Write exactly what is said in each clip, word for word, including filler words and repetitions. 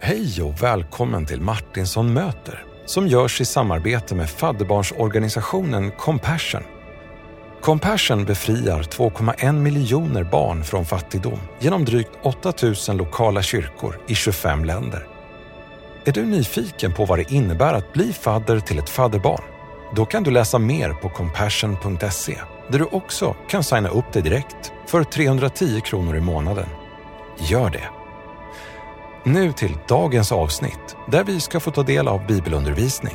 Hej och välkommen till Martinsson möter, som görs i samarbete med fadderbarnsorganisationen Compassion. Compassion befriar två komma en miljoner barn från fattigdom genom drygt åtta tusen lokala kyrkor i tjugofem länder. Är du nyfiken på vad det innebär att bli fadder till ett fadderbarn? Då kan du läsa mer på compassion punkt se, där du också kan signa upp dig direkt för trehundratio kronor i månaden. Gör det! Nu till dagens avsnitt, där vi ska få ta del av bibelundervisning.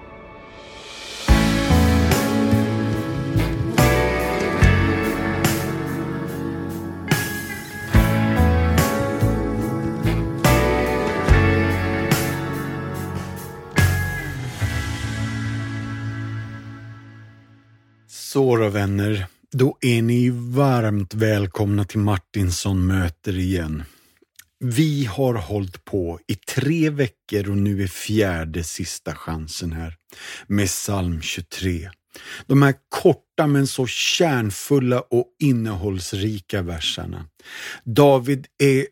Så då, vänner, då är ni varmt välkomna till Martinsson möter igen. Vi har hållit på i tre veckor och nu är fjärde sista chansen här med psalm tjugotre. De här korta men så kärnfulla och innehållsrika verserna. David är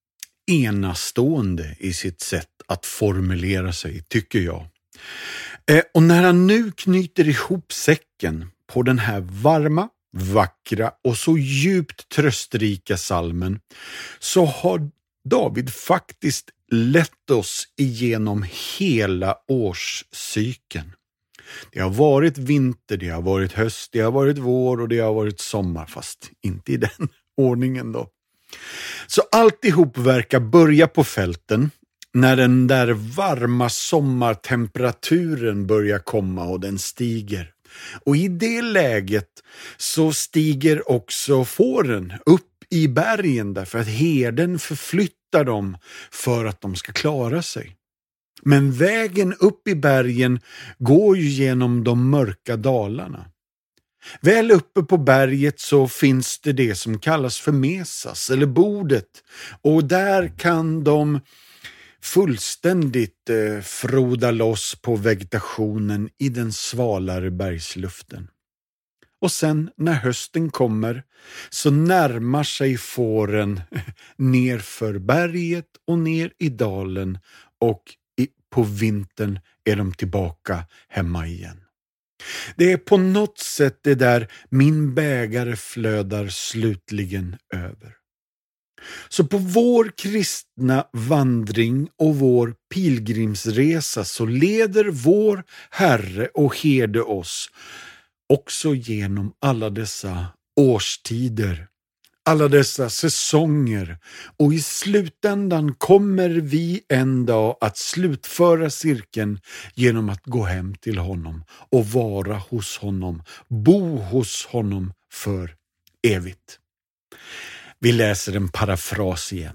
enastående i sitt sätt att formulera sig, tycker jag. Eh, och när han nu knyter ihop säcken på den här varma, vackra och så djupt tröstrika psalmen, så har David faktiskt lett oss igenom hela årscykeln. Det har varit vinter, det har varit höst, det har varit vår och det har varit sommar, fast inte i den ordningen då. Så alltihop verkar börja på fälten när den där varma sommartemperaturen börjar komma och den stiger. Och i det läget så stiger också fåren upp i bergen därför att herden förflyttar dem för att de ska klara sig. Men vägen upp i bergen går ju genom de mörka dalarna. Väl uppe på berget så finns det det som kallas för mesas eller bordet, och där kan de fullständigt eh, froda loss på vegetationen i den svalare bergsluften. Och sen när hösten kommer så närmar sig fåren ner för berget och ner i dalen, och i, på vintern är de tillbaka hemma igen. Det är på något sätt det där min bägare flödar slutligen över. Så på vår kristna vandring och vår pilgrimsresa så leder vår Herre och herde oss också genom alla dessa årstider, alla dessa säsonger, och i slutändan kommer vi en dag att slutföra cirkeln genom att gå hem till honom och vara hos honom, bo hos honom för evigt. Vi läser en parafras igen.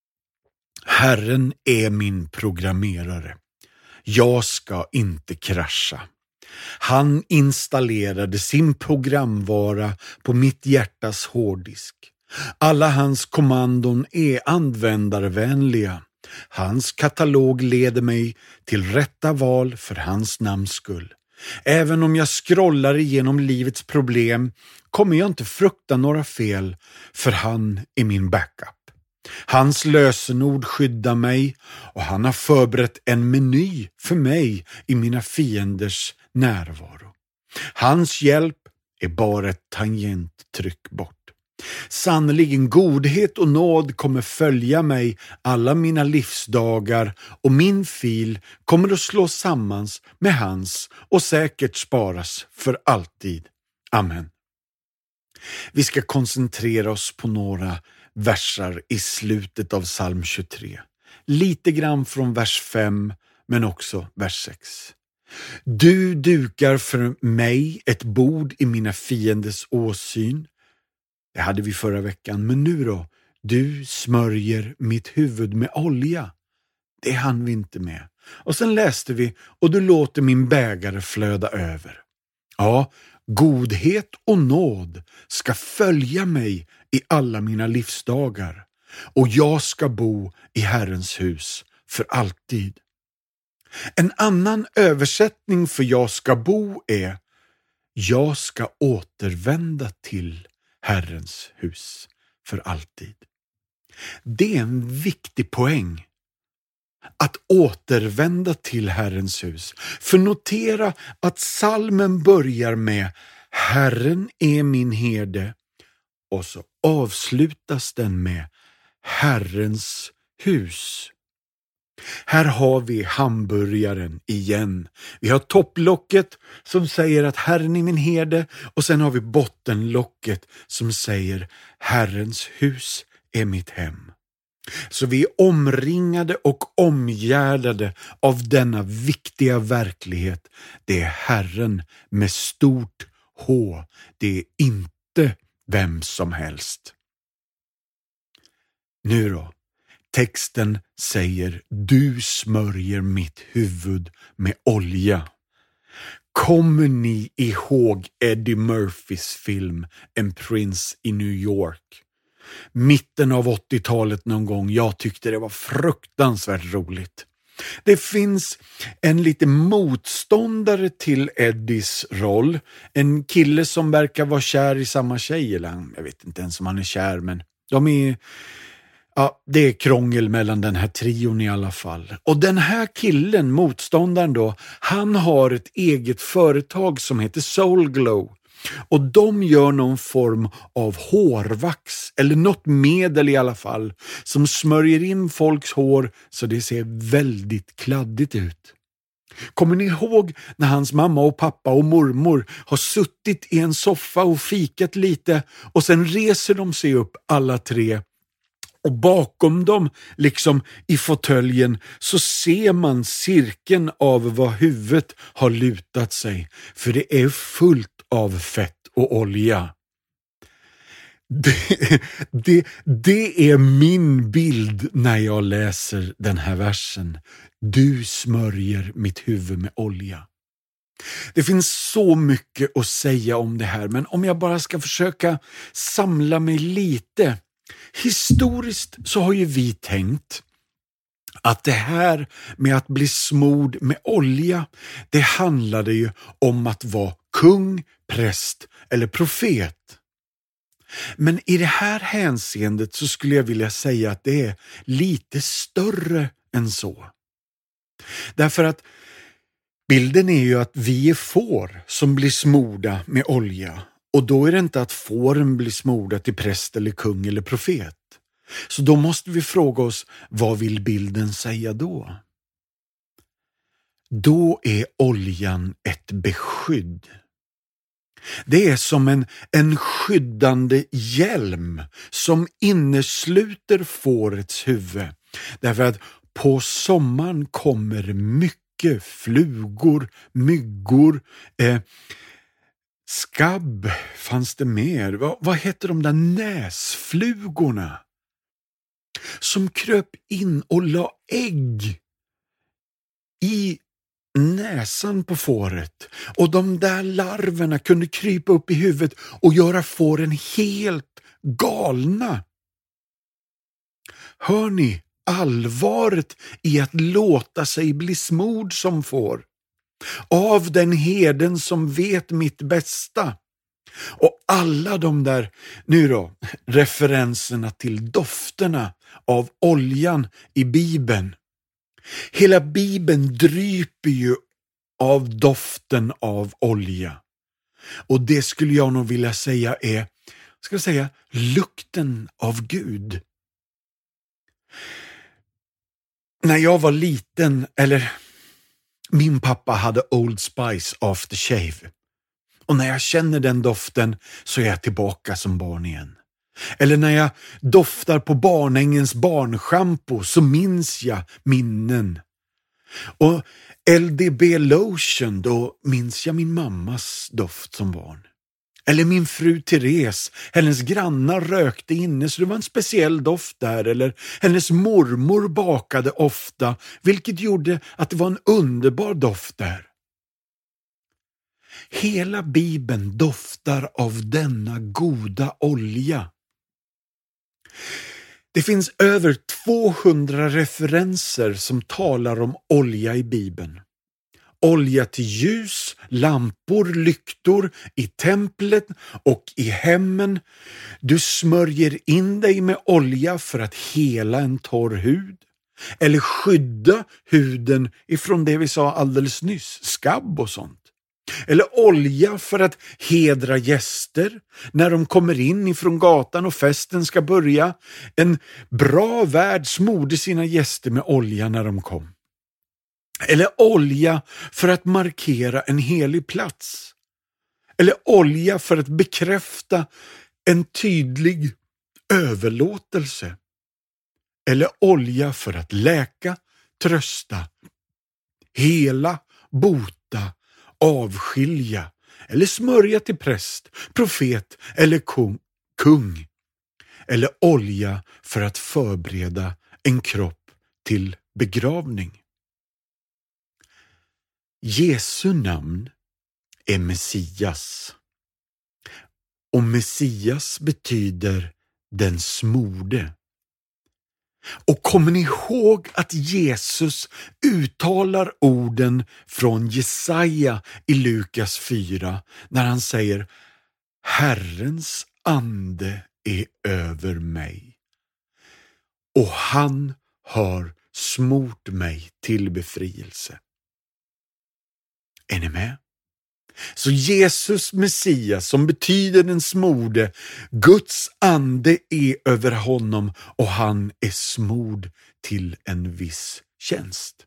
Herren är min programmerare. Jag ska inte krascha. Han installerade sin programvara på mitt hjärtas hårddisk. Alla hans kommandon är användarvänliga. Hans katalog leder mig till rätta val för hans namns skull. Även om jag scrollar igenom livets problem kommer jag inte frukta några fel, för han är min backup. Hans lösenord skyddar mig, och han har förberett en meny för mig i mina fienders närvaro. Hans hjälp är bara ett tangenttryck bort. Sannoliken godhet och nåd kommer följa mig alla mina livsdagar, och min fil kommer att slås samman med hans och säkert sparas för alltid. Amen. Vi ska koncentrera oss på några versar i slutet av psalm tjugotre. Lite grann från vers fem, men också vers sex. Du dukar för mig ett bord i mina fienders åsyn. Det hade vi förra veckan, men nu då? Du smörjer mitt huvud med olja. Det hann vi inte med. Och sen läste vi, och du låter min bägare flöda över. Ja, godhet och nåd ska följa mig i alla mina livsdagar, och jag ska bo i Herrens hus för alltid. En annan översättning för jag ska bo är jag ska återvända till Herrens hus för alltid. Det är en viktig poäng. att återvända till Herrens hus. För notera att psalmen börjar med Herren är min herde och så avslutas den med Herrens hus. Här har vi hamburgaren igen. Vi har topplocket som säger att Herren är min herde och sen har vi bottenlocket som säger Herrens hus är mitt hem. Så vi är omringade och omgärdade av denna viktiga verklighet. Det är Herren med stort H. Det är inte vem som helst. Nu då. Texten säger, du smörjer mitt huvud med olja. Kommer ni ihåg Eddie Murphys film En prins i New York? Mitten av åttiotalet någon gång. Jag tyckte det var fruktansvärt roligt. Det finns en lite motståndare till Eddies roll. En kille som verkar vara kär i samma tjej. Eller jag vet inte ens om han är kär, men de är... Ja, det är krångel mellan den här trion i alla fall. Och den här killen, motståndaren då, han har ett eget företag som heter Soul Glow. Och de gör någon form av hårvax, eller något medel i alla fall, som smörjer in folks hår så det ser väldigt kladdigt ut. Kommer ni ihåg när hans mamma och pappa och mormor har suttit i en soffa och fikat lite och sen reser de sig upp alla tre? Och bakom dem, liksom i fåtöljen, så ser man cirkeln av vad huvudet har lutat sig. För det är fullt av fett och olja. Det, det, det är min bild när jag läser den här versen. Du smörjer mitt huvud med olja. Det finns så mycket att säga om det här, men om jag bara ska försöka samla mig lite. Historiskt så har ju vi tänkt att det här med att bli smord med olja, det handlade ju om att vara kung, präst eller profet. Men i det här hänseendet så skulle jag vilja säga att det är lite större än så. Därför att bilden är ju att vi är får som blir smorda med olja. Och då är det inte att fåren blir smorda till präst eller kung eller profet. Så då måste vi fråga oss, vad vill bilden säga då? Då är oljan ett beskydd. Det är som en, en skyddande hjälm som innesluter fårets huvud. Därför att på sommaren kommer mycket flugor, myggor, eh, skabb fanns det mer. Vad, vad heter de där näsflugorna? Som kröp in och la ägg i näsan på fåret. Och de där larverna kunde krypa upp i huvudet och göra fåren helt galna. Hör ni allvaret i att låta sig bli smord som får? Av den herden som vet mitt bästa. Och alla de där, nu då, referenserna till dofterna av oljan i Bibeln. Hela Bibeln dryper ju av doften av olja. Och det skulle jag nog vilja säga är, ska jag säga, lukten av Gud. När jag var liten, eller min pappa hade Old Spice aftershave. Och när jag känner den doften så är jag tillbaka som barn igen. Eller när jag doftar på barnängens barnschampo så minns jag minnen. Och L D B lotion, då minns jag min mammas doft som barn. Eller min fru Therese, hennes grannar rökte inne så det var en speciell doft där. Eller hennes mormor bakade ofta, vilket gjorde att det var en underbar doft där. Hela Bibeln doftar av denna goda olja. Det finns över tvåhundra referenser som talar om olja i Bibeln. Olja till ljus, lampor, lyktor, i templet och i hemmen. Du smörjer in dig med olja för att hela en torr hud. Eller skydda huden ifrån det vi sa alldeles nyss, skabb och sånt. Eller olja för att hedra gäster när de kommer in ifrån gatan och festen ska börja. En bra värd smorde sina gäster med olja när de kom. Eller olja för att markera en helig plats. Eller olja för att bekräfta en tydlig överlåtelse. Eller olja för att läka, trösta, hela, bota, avskilja eller smörja till präst, profet eller kung, kung. Eller olja för att förbereda en kropp till begravning. Jesu namn är Messias. Och Messias betyder den smorde. Och kommer ni ihåg att Jesus uttalar orden från Jesaja i Lukas fyra när han säger: Herrens ande är över mig och han har smort mig till befrielse. Är ni med? Så Jesus Messias, som betyder den smorde, Guds ande är över honom och han är smord till en viss tjänst.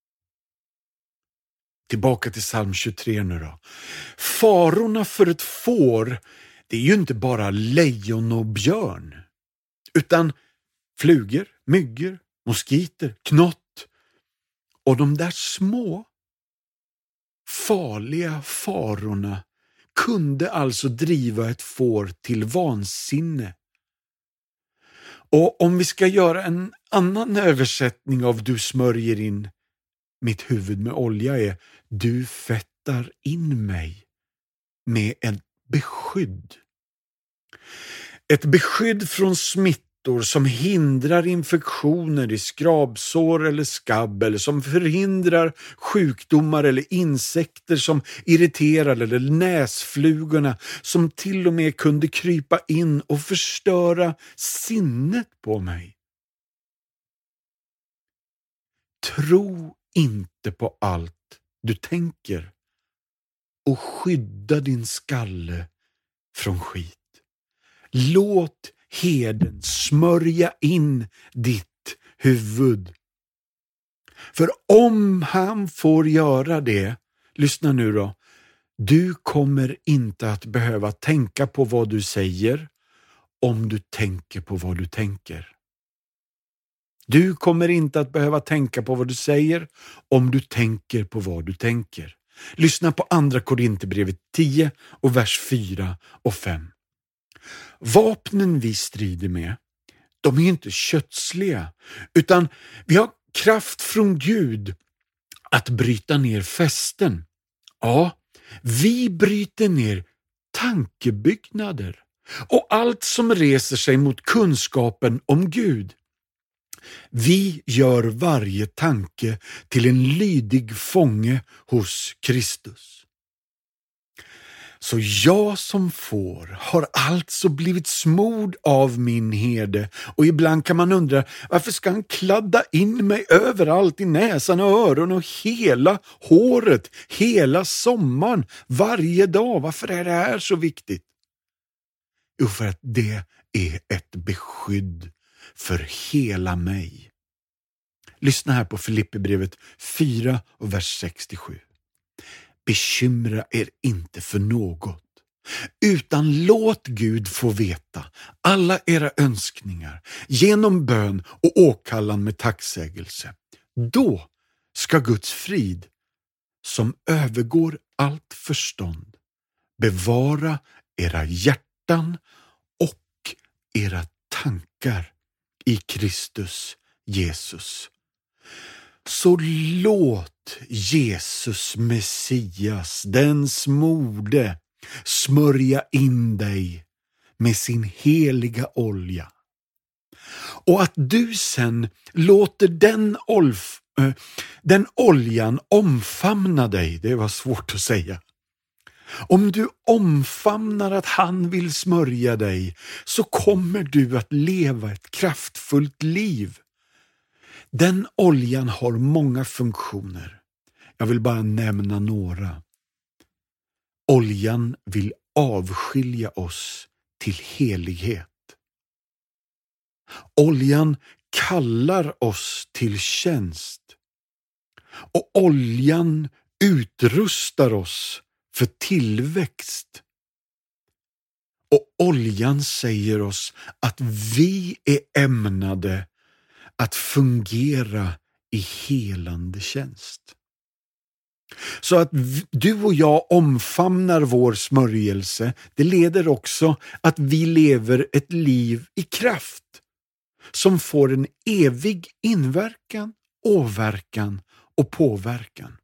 Tillbaka till psalm tjugotre nu då. Farorna för ett får, det är ju inte bara lejon och björn, utan flugor, myggor, moskiter, knott och de där små farliga farorna kunde alltså driva ett får till vansinne. Och om vi ska göra en annan översättning av du smörjer in mitt huvud med olja är: du fettar in mig med ett beskydd. Ett beskydd från smittor som hindrar infektioner i skrabsår eller skabb, eller som förhindrar sjukdomar eller insekter som irriterar, eller näsflugorna som till och med kunde krypa in och förstöra sinnet på mig. Tro inte på allt du tänker och skydda din skalle från skit. Låt herden smörja in ditt huvud. För om han får göra det, lyssna nu då, du kommer inte att behöva tänka på vad du säger om du tänker på vad du tänker. Du kommer inte att behöva tänka på vad du säger om du tänker på vad du tänker. Lyssna på andra Korinthierbrevet tio och vers fyra och fem. Vapnen vi strider med, de är inte kötsliga, utan vi har kraft från Gud att bryta ner fästen. Ja, vi bryter ner tankebyggnader och allt som reser sig mot kunskapen om Gud. Vi gör varje tanke till en lydig fånge hos Kristus. Så jag som får har alltså blivit smord av min herde, och ibland kan man undra, varför ska han kladda in mig överallt i näsan och öron och hela håret, hela sommaren, varje dag? Varför är det här så viktigt? Jo, för att det är ett beskydd för hela mig. Lyssna här på Filipperbrevet fyra och vers sextiosju. Bekymra er inte för något, utan låt Gud få veta alla era önskningar genom bön och åkallan med tacksägelse. Då ska Guds frid, som övergår allt förstånd, bevara era hjärtan och era tankar i Kristus Jesus. Så låt Jesus Messias, den smorde, smörja in dig med sin heliga olja. Och att du sen låter den, olf, äh, den oljan omfamna dig, det var svårt att säga. Om du omfamnar att han vill smörja dig, så kommer du att leva ett kraftfullt liv. Den oljan har många funktioner. Jag vill bara nämna några. Oljan vill avskilja oss till helighet. Oljan kallar oss till tjänst. Och oljan utrustar oss för tillväxt. Och oljan säger oss att vi är ämnade att fungera i helande tjänst. Så att du och jag omfamnar vår smörjelse, det leder också att vi lever ett liv i kraft som får en evig inverkan, åverkan och påverkan.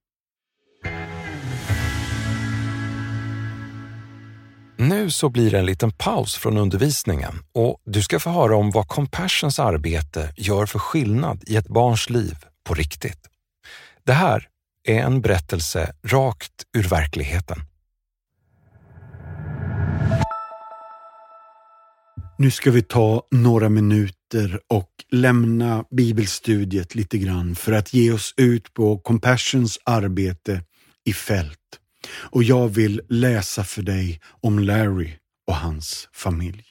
Nu så blir det en liten paus från undervisningen och du ska få höra om vad Compassions arbete gör för skillnad i ett barns liv på riktigt. Det här är en berättelse rakt ur verkligheten. Nu ska vi ta några minuter och lämna bibelstudiet lite grann för att ge oss ut på Compassions arbete i fält. Och jag vill läsa för dig om Larry och hans familj.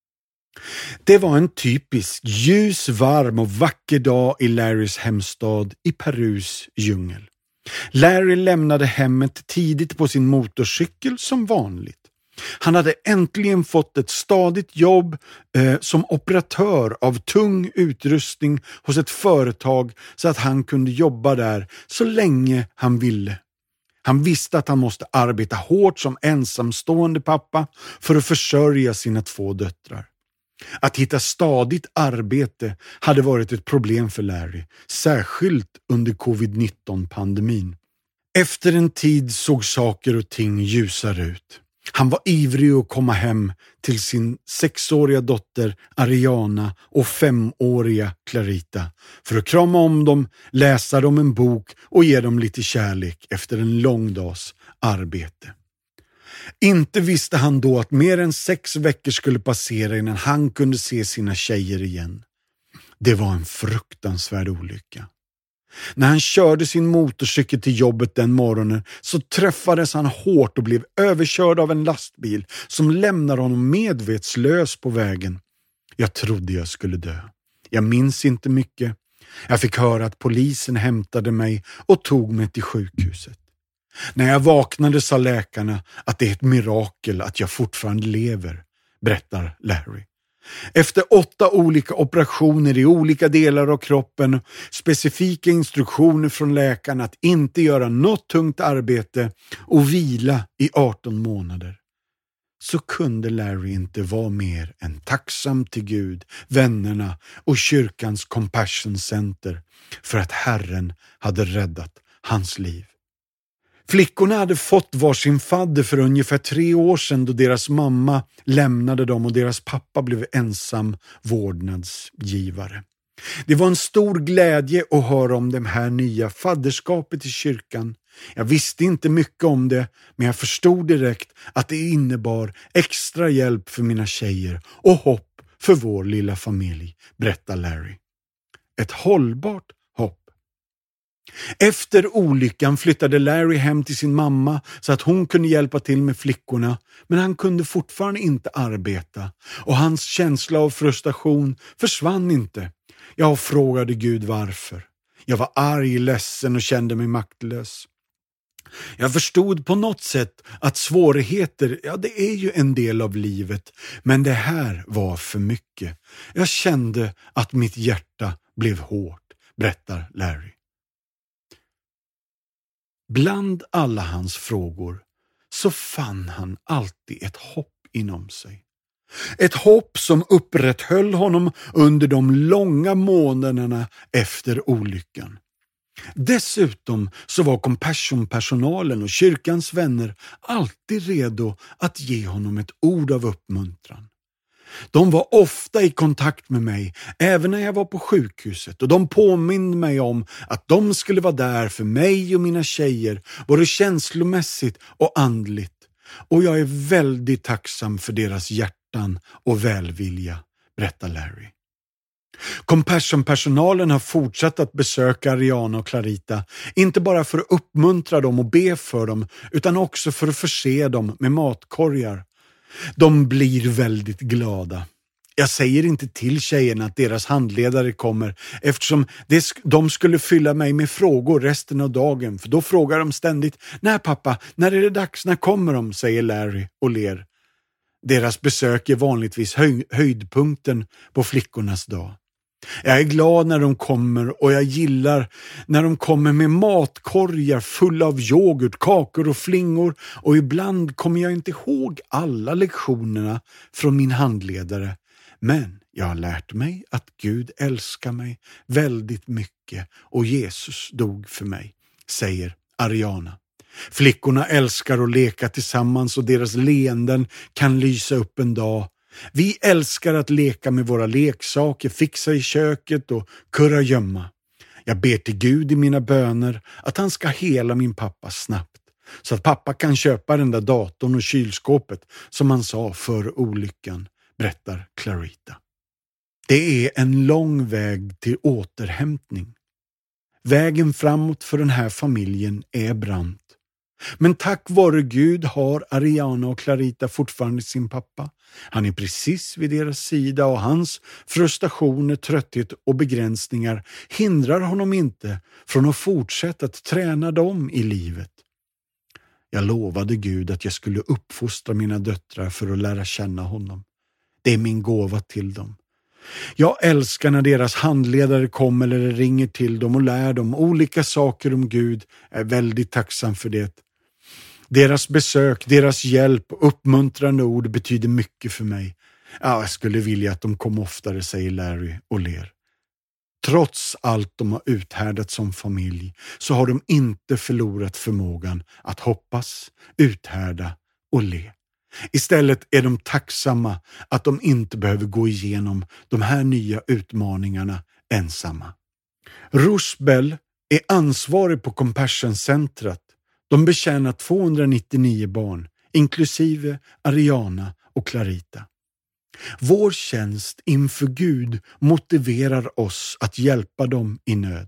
Det var en typisk ljus, varm och vacker dag i Larrys hemstad i Perus djungel. Larry lämnade hemmet tidigt på sin motorcykel som vanligt. Han hade äntligen fått ett stadigt jobb eh, som operatör av tung utrustning hos ett företag så att han kunde jobba där så länge han ville. Han visste att han måste arbeta hårt som ensamstående pappa för att försörja sina två döttrar. Att hitta stadigt arbete hade varit ett problem för Larry, särskilt under covid nitton-pandemin. Efter en tid såg saker och ting ljusare ut. Han var ivrig att komma hem till sin sexåriga dotter Ariana och femåriga Clarita för att krama om dem, läsa dem en bok och ge dem lite kärlek efter en lång dags arbete. Inte visste han då att mer än sex veckor skulle passera innan han kunde se sina tjejer igen. Det var en fruktansvärd olycka. När han körde sin motorcykel till jobbet den morgonen så träffades han hårt och blev överkörd av en lastbil som lämnade honom medvetslös på vägen. Jag trodde jag skulle dö. Jag minns inte mycket. Jag fick höra att polisen hämtade mig och tog mig till sjukhuset. När jag vaknade sa läkarna att det är ett mirakel att jag fortfarande lever, berättar Larry. Efter åtta olika operationer i olika delar av kroppen, specifika instruktioner från läkarna att inte göra något tungt arbete och vila i arton månader, så kunde Larry inte vara mer än tacksam till Gud, vännerna och kyrkans Compassion Center för att Herren hade räddat hans liv. Flickorna hade fått varsin fadder för ungefär tre år sedan då deras mamma lämnade dem och deras pappa blev ensam vårdnadsgivare. Det var en stor glädje att höra om det här nya fadderskapet i kyrkan. Jag visste inte mycket om det, men jag förstod direkt att det innebar extra hjälp för mina tjejer och hopp för vår lilla familj, berättar Larry. Ett hållbart hopp. Efter olyckan flyttade Larry hem till sin mamma så att hon kunde hjälpa till med flickorna, men han kunde fortfarande inte arbeta och hans känsla av frustration försvann inte. Jag frågade Gud varför. Jag var arg, ledsen och kände mig maktlös. Jag förstod på något sätt att svårigheter, ja det är ju en del av livet, men det här var för mycket. Jag kände att mitt hjärta blev hårt, berättar Larry. Bland alla hans frågor så fann han alltid ett hopp inom sig. Ett hopp som upprätthöll honom under de långa månaderna efter olyckan. Dessutom så var Compassion-personalen och kyrkans vänner alltid redo att ge honom ett ord av uppmuntran. De var ofta i kontakt med mig, även när jag var på sjukhuset, och de påminde mig om att de skulle vara där för mig och mina tjejer, både känslomässigt och andligt. Och jag är väldigt tacksam för deras hjärtan och välvilja, berättar Larry. Compassion-personalen har fortsatt att besöka Ariana och Clarita, inte bara för att uppmuntra dem och be för dem, utan också för att förse dem med matkorgar. De blir väldigt glada. Jag säger inte till tjejerna att deras handledare kommer, eftersom de skulle fylla mig med frågor resten av dagen, för då frågar de ständigt: när pappa, när är det dags, när kommer de, säger Larry och ler. Deras besök är vanligtvis höj- höjdpunkten på flickornas dag. Jag är glad när de kommer och jag gillar när de kommer med matkorgar fulla av yoghurt, kakor och flingor, och ibland kommer jag inte ihåg alla lektionerna från min handledare. Men jag har lärt mig att Gud älskar mig väldigt mycket och Jesus dog för mig, säger Ariana. Flickorna älskar att leka tillsammans och deras leenden kan lysa upp en dag. Vi älskar att leka med våra leksaker, fixa i köket och kurragömma. Jag ber till Gud i mina böner att han ska hela min pappa snabbt, så att pappa kan köpa den där datorn och kylskåpet som han sa för olyckan, berättar Clarita. Det är en lång väg till återhämtning. Vägen framåt för den här familjen är brant. Men tack vare Gud har Ariana och Clarita fortfarande sin pappa. Han är precis vid deras sida och hans frustrationer, trötthet och begränsningar hindrar honom inte från att fortsätta att träna dem i livet. Jag lovade Gud att jag skulle uppfostra mina döttrar för att lära känna honom. Det är min gåva till dem. Jag älskar när deras handledare kommer eller ringer till dem och lär dem olika saker om Gud. Jag är väldigt tacksam för det. Deras besök, deras hjälp och uppmuntrande ord betyder mycket för mig. Ja, jag skulle vilja att de kom oftare, säger Larry och ler. Trots allt de har uthärdat som familj så har de inte förlorat förmågan att hoppas, uthärda och le. Istället är de tacksamma att de inte behöver gå igenom de här nya utmaningarna ensamma. Roosbell är ansvarig på Compassion-centret. De betjänar tvåhundranittionio barn, inklusive Ariana och Clarita. Vår tjänst inför Gud motiverar oss att hjälpa dem i nöd.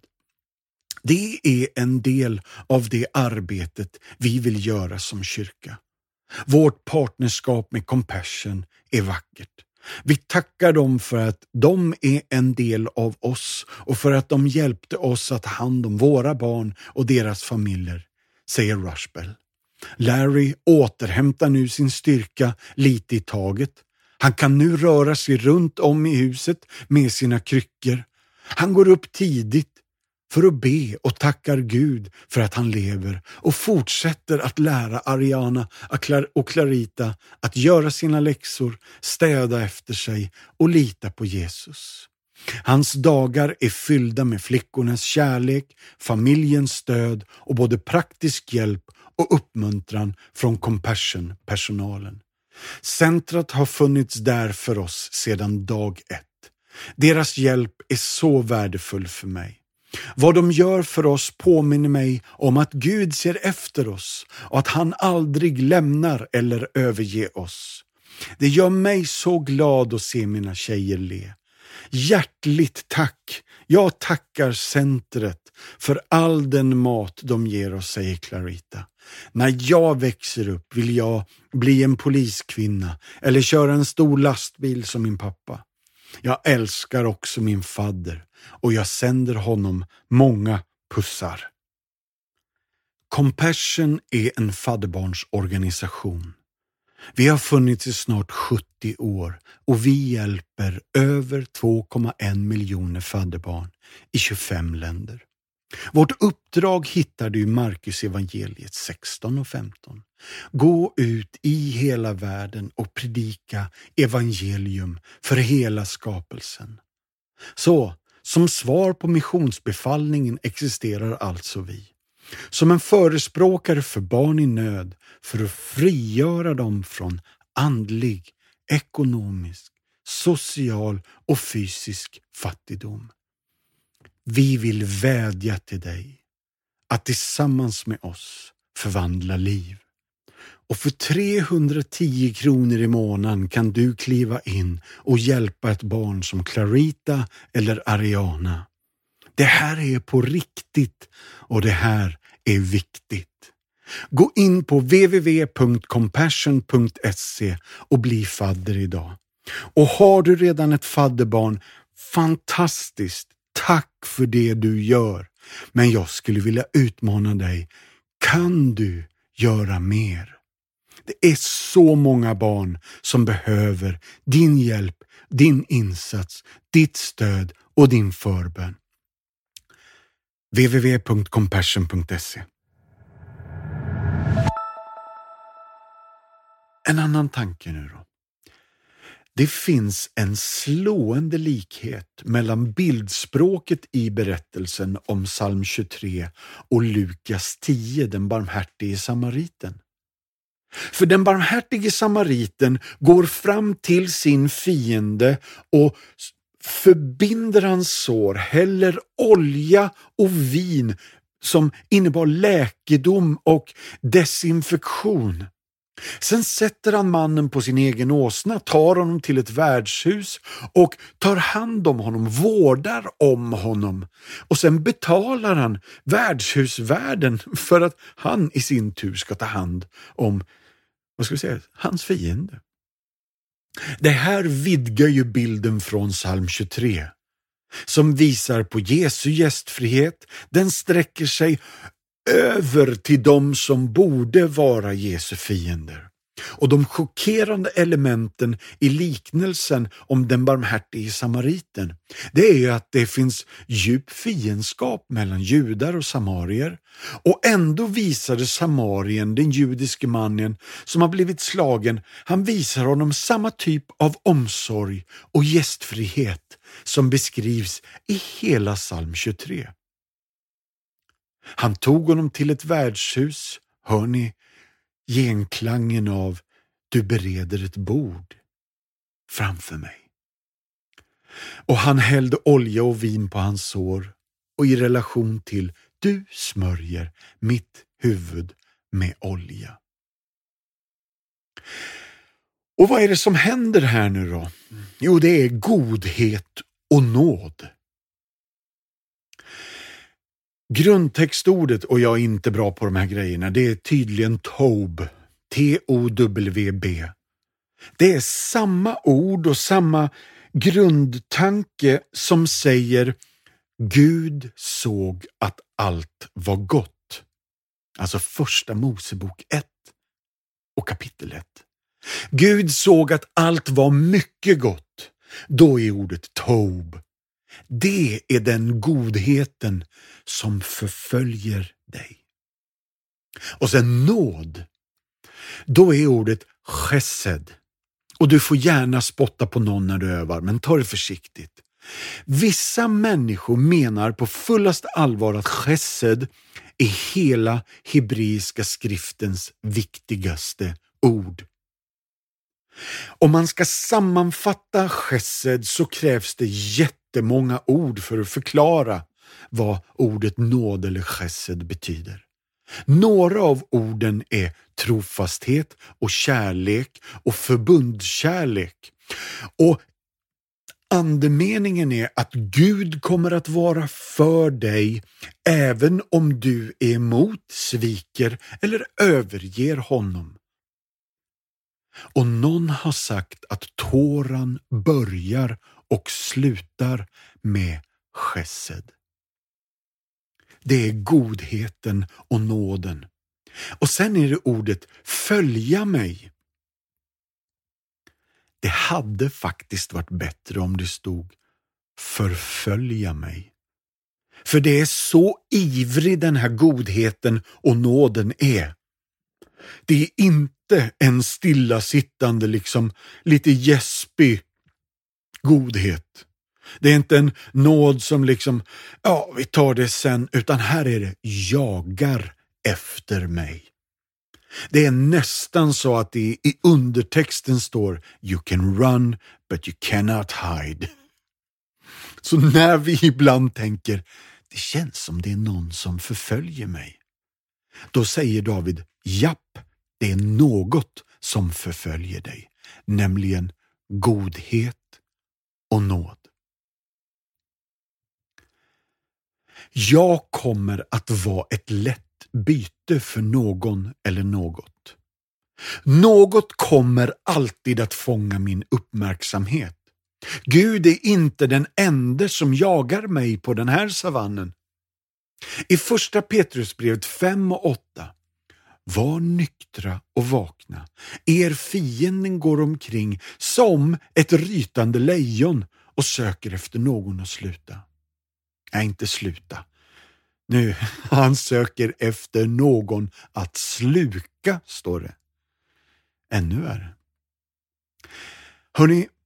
Det är en del av det arbetet vi vill göra som kyrka. Vårt partnerskap med Compassion är vackert. Vi tackar dem för att de är en del av oss och för att de hjälpte oss att ta hand om våra barn och deras familjer, säger Rushbell. Larry återhämtar nu sin styrka lite i taget. Han kan nu röra sig runt om i huset med sina kryckor. Han går upp tidigt för att be och tackar Gud för att han lever och fortsätter att lära Ariana och Clarita att göra sina läxor, städa efter sig och lita på Jesus. Hans dagar är fyllda med flickornas kärlek, familjens stöd och både praktisk hjälp och uppmuntran från Compassion-personalen. Centret har funnits där för oss sedan dag ett. Deras hjälp är så värdefull för mig. Vad de gör för oss påminner mig om att Gud ser efter oss och att han aldrig lämnar eller överger oss. Det gör mig så glad att se mina tjejer le. Hjärtligt tack! Jag tackar centret för all den mat de ger oss, säger Clarita. När jag växer upp vill jag bli en poliskvinna eller köra en stor lastbil som min pappa. Jag älskar också min fadder och jag sänder honom många pussar. Compassion är en fadderbarnsorganisation. Vi har funnits i snart sjuttio år och vi hjälper över två komma en miljoner fadderbarn i tjugofem länder. Vårt uppdrag hittar du i Markus evangeliet sexton och femton. Gå ut i hela världen och predika evangelium för hela skapelsen. Så, som svar på missionsbefallningen existerar alltså vi. Som en förespråkare för barn i nöd för att frigöra dem från andlig, ekonomisk, social och fysisk fattigdom. Vi vill vädja till dig att tillsammans med oss förvandla liv. Och för trehundratio kronor i månaden kan du kliva in och hjälpa ett barn som Clarita eller Ariana. Det här är på riktigt och det här är viktigt. Gå in på w w w punkt compassion punkt se och bli fadder idag. Och har du redan ett fadderbarn, fantastiskt, tack för det du gör. Men jag skulle vilja utmana dig, kan du göra mer? Det är så många barn som behöver din hjälp, din insats, ditt stöd och din förbön. w w w punkt compassion punkt se. En annan tanke nu då. Det finns en slående likhet mellan bildspråket i berättelsen om psalm tjugotre och Lukas tio, den barmhärtige samariten. För den barmhärtige samariten går fram till sin fiende och förbinder hans sår, häller olja och vin som innebar läkedom och desinfektion. Sen sätter han mannen på sin egen åsna, tar honom till ett värdshus och tar hand om honom, vårdar om honom. Och sen betalar han värdshusvärden för att han i sin tur ska ta hand om, vad ska vi säga, hans fiende. Det här vidgar ju bilden från psalm tjugotre som visar på Jesu gästfrihet. Den sträcker sig över till de som borde vara Jesu fiender. Och de chockerande elementen i liknelsen om den barmhärtige samariten, det är ju att det finns djup fiendskap mellan judar och samarier. Och ändå visade samarien, den judiske mannen som har blivit slagen, han visar honom samma typ av omsorg och gästfrihet som beskrivs i hela psalm tjugotre. Han tog honom till ett värdshus, hör ni genklangen av du bereder ett bord framför mig. Och han hällde olja och vin på hans sår och i relation till du smörjer mitt huvud med olja. Och vad är det som händer här nu då? Jo, det är godhet och nåd. Grundtextordet, och jag är inte bra på de här grejerna, det är tydligen tob, T O W B. Det är samma ord och samma grundtanke som säger Gud såg att allt var gott. Alltså första Mosebok ett och kapitel ett. Gud såg att allt var mycket gott. Då är ordet tob. Det är den godheten som förföljer dig. Och sen nåd. Då är ordet chesed. Och du får gärna spotta på någon när du övar, men ta det försiktigt. Vissa människor menar på fullaste allvar att chesed är hela hebreiska skriftens viktigaste ord. Om man ska sammanfatta chesed så krävs det jättemånga ord för att förklara vad ordet nåd eller chesed betyder. Några av orden är trofasthet och kärlek och förbundskärlek. Och andemeningen är att Gud kommer att vara för dig även om du är emot, sviker eller överger honom. Och någon har sagt att Toran börjar och slutar med chesed. Det är godheten och nåden. Och sen är det ordet följa mig. Det hade faktiskt varit bättre om det stod förfölja mig. För det är så ivrig den här godheten och nåden är. Det är inte en stillasittande, liksom lite gäspig godhet. Det är inte en nåd som liksom, ja, vi tar det sen, utan här är det jagar efter mig. Det är nästan så att det i undertexten står you can run but you cannot hide. Så när vi ibland tänker det känns som det är någon som förföljer mig, då säger David, japp, Det är något som förföljer dig, nämligen godhet och nåd. Jag kommer att vara ett lätt byte för någon eller något. Något kommer alltid att fånga min uppmärksamhet. Gud är inte den enda som jagar mig på den här savannen. I första Petrusbrevet fem och åtta. Var nyktra och vakna. Er fienden går omkring som ett rytande lejon och söker efter någon att sluta. Nej, inte sluta. Nu, han söker efter någon att sluka, står det. Ännu värre. Hörrni,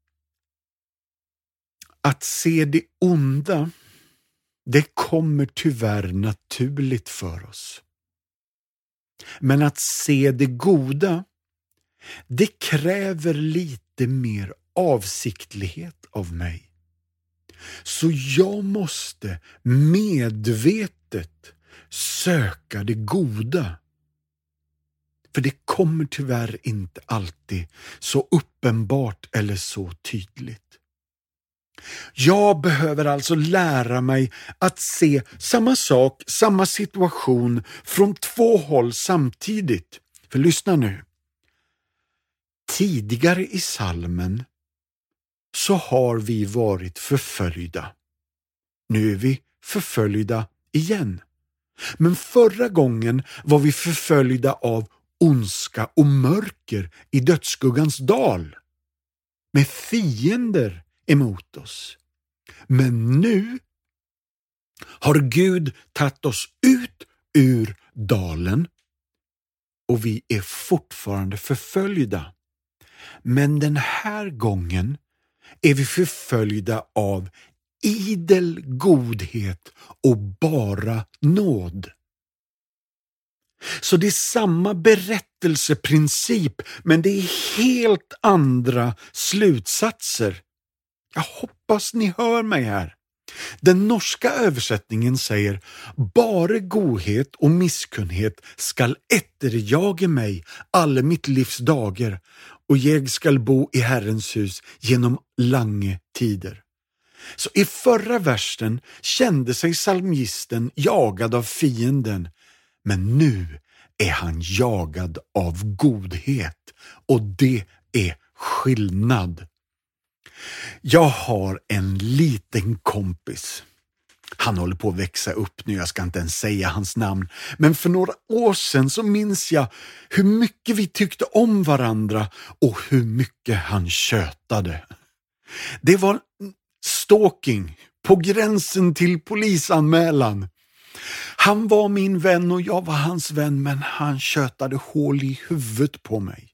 att se det onda, det kommer tyvärr naturligt för oss. Men att se det goda, det kräver lite mer avsiktlighet av mig. Så jag måste medvetet söka det goda. För det kommer tyvärr inte alltid så uppenbart eller så tydligt. Jag behöver alltså lära mig att se samma sak, samma situation från två håll samtidigt. För lyssna nu. Tidigare i salmen så har vi varit förföljda. Nu är vi förföljda igen. Men förra gången var vi förföljda av ondska och mörker i dödsskuggans dal. Med fiender emot oss. Men nu har Gud tagit oss ut ur dalen och vi är fortfarande förföljda. Men den här gången är vi förföljda av idel godhet och bara nåd. Så det är samma berättelseprincip, men det är helt andra slutsatser. Jag hoppas ni hör mig här. Den norska översättningen säger: bara godhet och misskunnhet skall efterjage mig alla mitt livs dagar, och jag skall bo i Herrens hus genom långa tider. Så i förra versen kände sig psalmisten jagad av fienden, men nu är han jagad av godhet, och det är skillnad. Jag har en liten kompis. Han håller på att växa upp nu, jag ska inte ens säga hans namn. Men för några år sedan så minns jag hur mycket vi tyckte om varandra och hur mycket han tjötade. Det var stalking på gränsen till polisanmälan. Han var min vän och jag var hans vän, men han tjötade hål i huvudet på mig.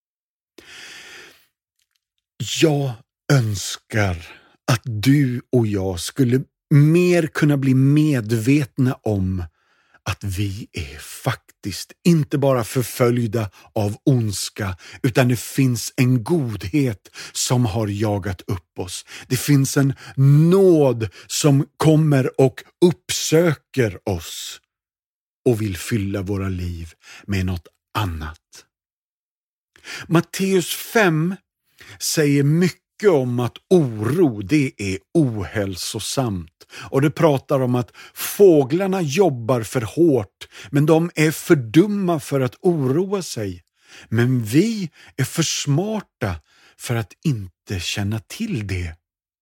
Jag önskar att du och jag skulle mer kunna bli medvetna om att vi är faktiskt inte bara förföljda av ondska, utan det finns en godhet som har jagat upp oss. Det finns en nåd som kommer och uppsöker oss och vill fylla våra liv med något annat. Matteus fem säger mycket om att oro, det är ohälsosamt. Och det pratar om att fåglarna jobbar för hårt, men de är för dumma för att oroa sig. Men vi är för smarta för att inte känna till det.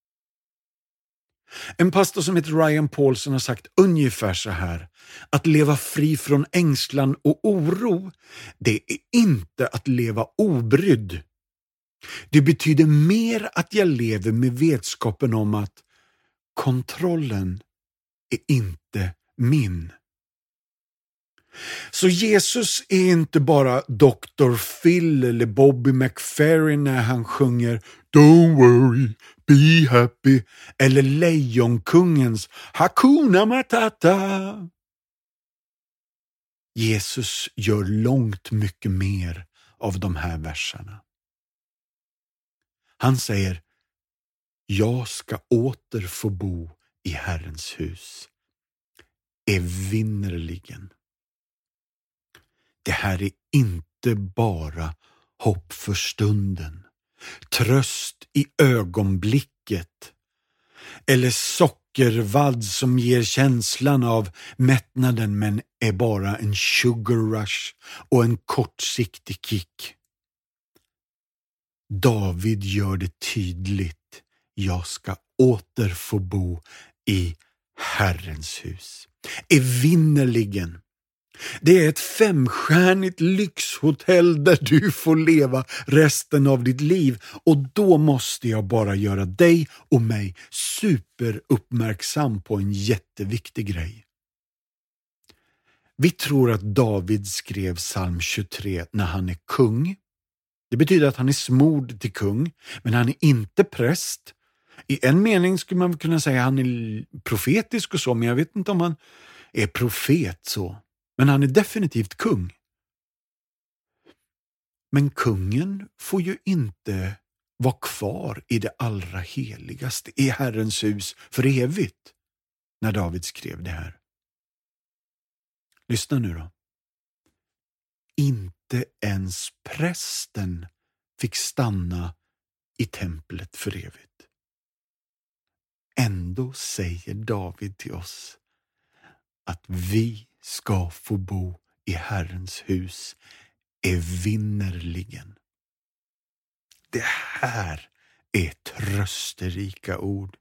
En pastor som heter Ryan Paulson har sagt ungefär så här: att leva fri från ängslan och oro, det är inte att leva obrydd. Det betyder mer att jag lever med vetskapen om att kontrollen är inte min. Så Jesus är inte bara doktor Phil eller Bobby McFerrin när han sjunger Don't worry, be happy, eller Lejonkungens Hakuna Matata. Jesus gör långt mycket mer av de här verserna. Han säger: jag ska åter få bo i Herrens hus, evinnerligen. det här är inte bara hopp för stunden, tröst i ögonblicket eller sockervadd som ger känslan av mättnaden men är bara en sugar rush och en kortsiktig kick. David gör det tydligt: jag ska åter få bo i Herrens hus. Evinnerligen. Det är ett femstjärnigt lyxhotell där du får leva resten av ditt liv, och då måste jag bara göra dig och mig superuppmärksam på en jätteviktig grej. Vi tror att David skrev psalm tjugotre när han är kung. Det betyder att han är smord till kung, men han är inte präst. I en mening skulle man kunna säga att han är profetisk och så, men jag vet inte om han är profet så. Men han är definitivt kung. Men kungen får ju inte vara kvar i det allra heligaste, i Herrens hus för evigt, när David skrev det här. Lyssna nu då. Inte ens prästen fick stanna i templet för evigt. Ändå säger David till oss att vi ska få bo i Herrens hus evinnerligen. Det här är trösterika ord.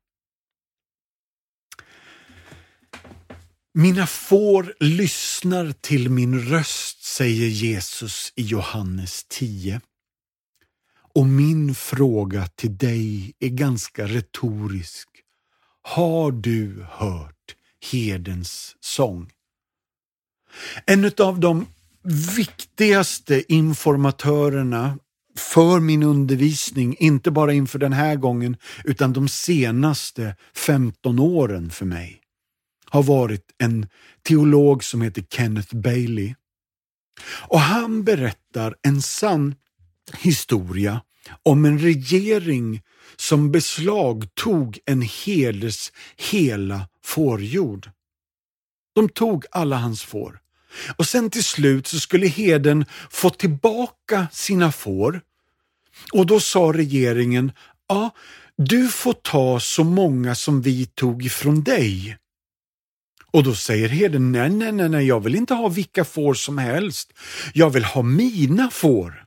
Mina får lyssnar till min röst, säger Jesus i Johannes tio. Och min fråga till dig är ganska retorisk. Har du hört herdens sång? En av de viktigaste informatörerna för min undervisning, inte bara inför den här gången utan de senaste femton åren för mig, har varit en teolog som heter Kenneth Bailey. Och han berättar en sann historia om en regering som beslagtog en herdes hela fårjord. De tog alla hans får. Och sen till slut så skulle herden få tillbaka sina får. Och då sa regeringen: ja, du får ta så många som vi tog ifrån dig. Och då säger herden: nej, nej, nej, nej, jag vill inte ha vilka får som helst. Jag vill ha mina får.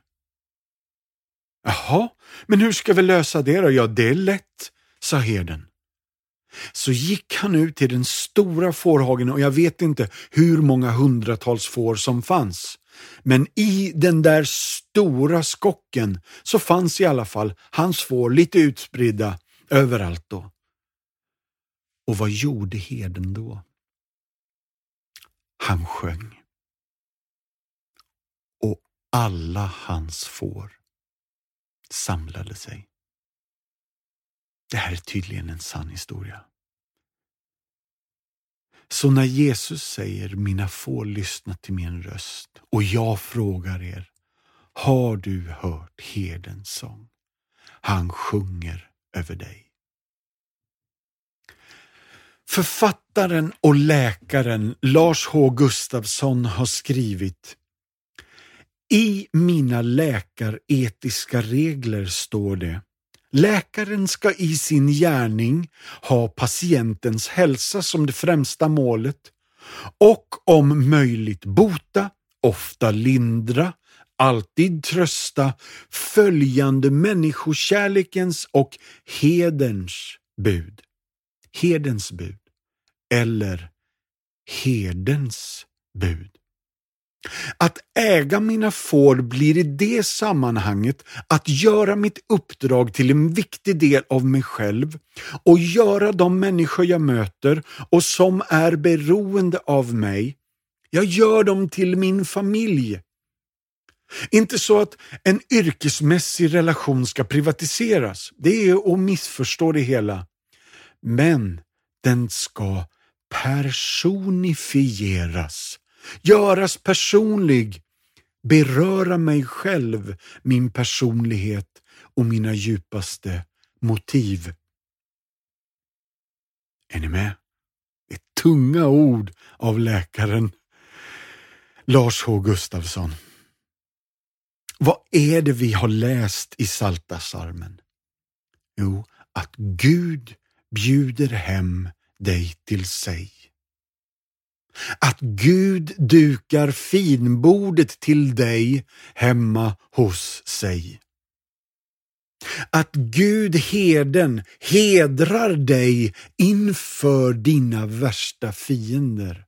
Jaha, men hur ska vi lösa det då? Ja, det är lätt, sa herden. Så gick han ut till den stora fårhagen, och jag vet inte hur många hundratals får som fanns. Men i den där stora skocken så fanns i alla fall hans får lite utspridda överallt då. Och vad gjorde herden då? Han sjöng. Och alla hans får samlade sig. Det här är tydligen en sann historia. Så när Jesus säger: mina får lyssna till min röst, och jag frågar er: har du hört herdens sång? Han sjunger över dig. Författaren och läkaren Lars H. Gustafsson har skrivit: i mina läkaretiska regler står det: läkaren ska i sin gärning ha patientens hälsa som det främsta målet och om möjligt bota, ofta lindra, alltid trösta, följande människokärlekens och hederns bud. Herdens bud eller herdens bud. Att äga mina får blir i det sammanhanget att göra mitt uppdrag till en viktig del av mig själv och göra de människor jag möter och som är beroende av mig, jag gör dem till min familj. Inte så att en yrkesmässig relation ska privatiseras, det är att missförstå det hela. Men den ska personifieras. Göras personlig, beröra mig själv, min personlighet och mina djupaste motiv. Är ni med? Det är tunga ord av läkaren. Lars H. Gustafsson, vad är det vi har läst i Psaltarpsalmen? Jo, att Gud bjuder hem dig till sig. Att Gud dukar finbordet till dig hemma hos sig. Att Gud herden hedrar dig inför dina värsta fiender.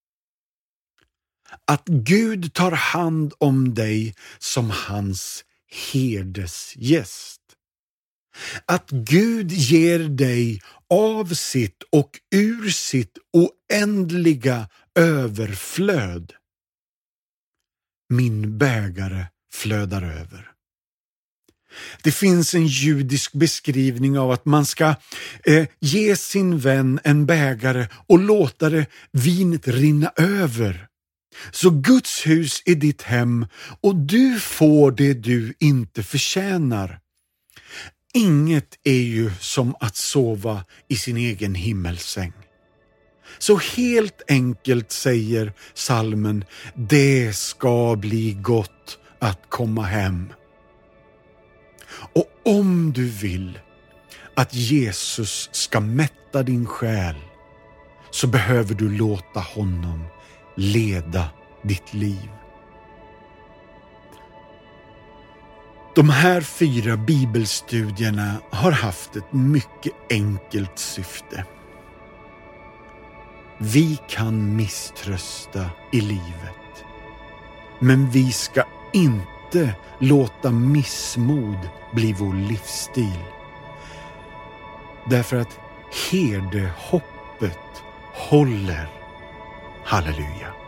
Att Gud tar hand om dig som hans herdesgäst. Att Gud ger dig av sitt och ur sitt oändliga överflöd. Min bägare flödar över. Det finns en judisk beskrivning av att man ska eh, ge sin vän en bägare och låta det vinet rinna över. Så Guds hus är ditt hem och du får det du inte förtjänar. Inget är ju som att sova i sin egen himmelsäng. Så helt enkelt säger psalmen, det ska bli gott att komma hem. Och om du vill att Jesus ska mätta din själ så behöver du låta honom leda ditt liv. De här fyra bibelstudierna har haft ett mycket enkelt syfte. Vi kan misströsta i livet, men vi ska inte låta missmod bli vår livsstil. Därför att herdehoppet håller. Halleluja.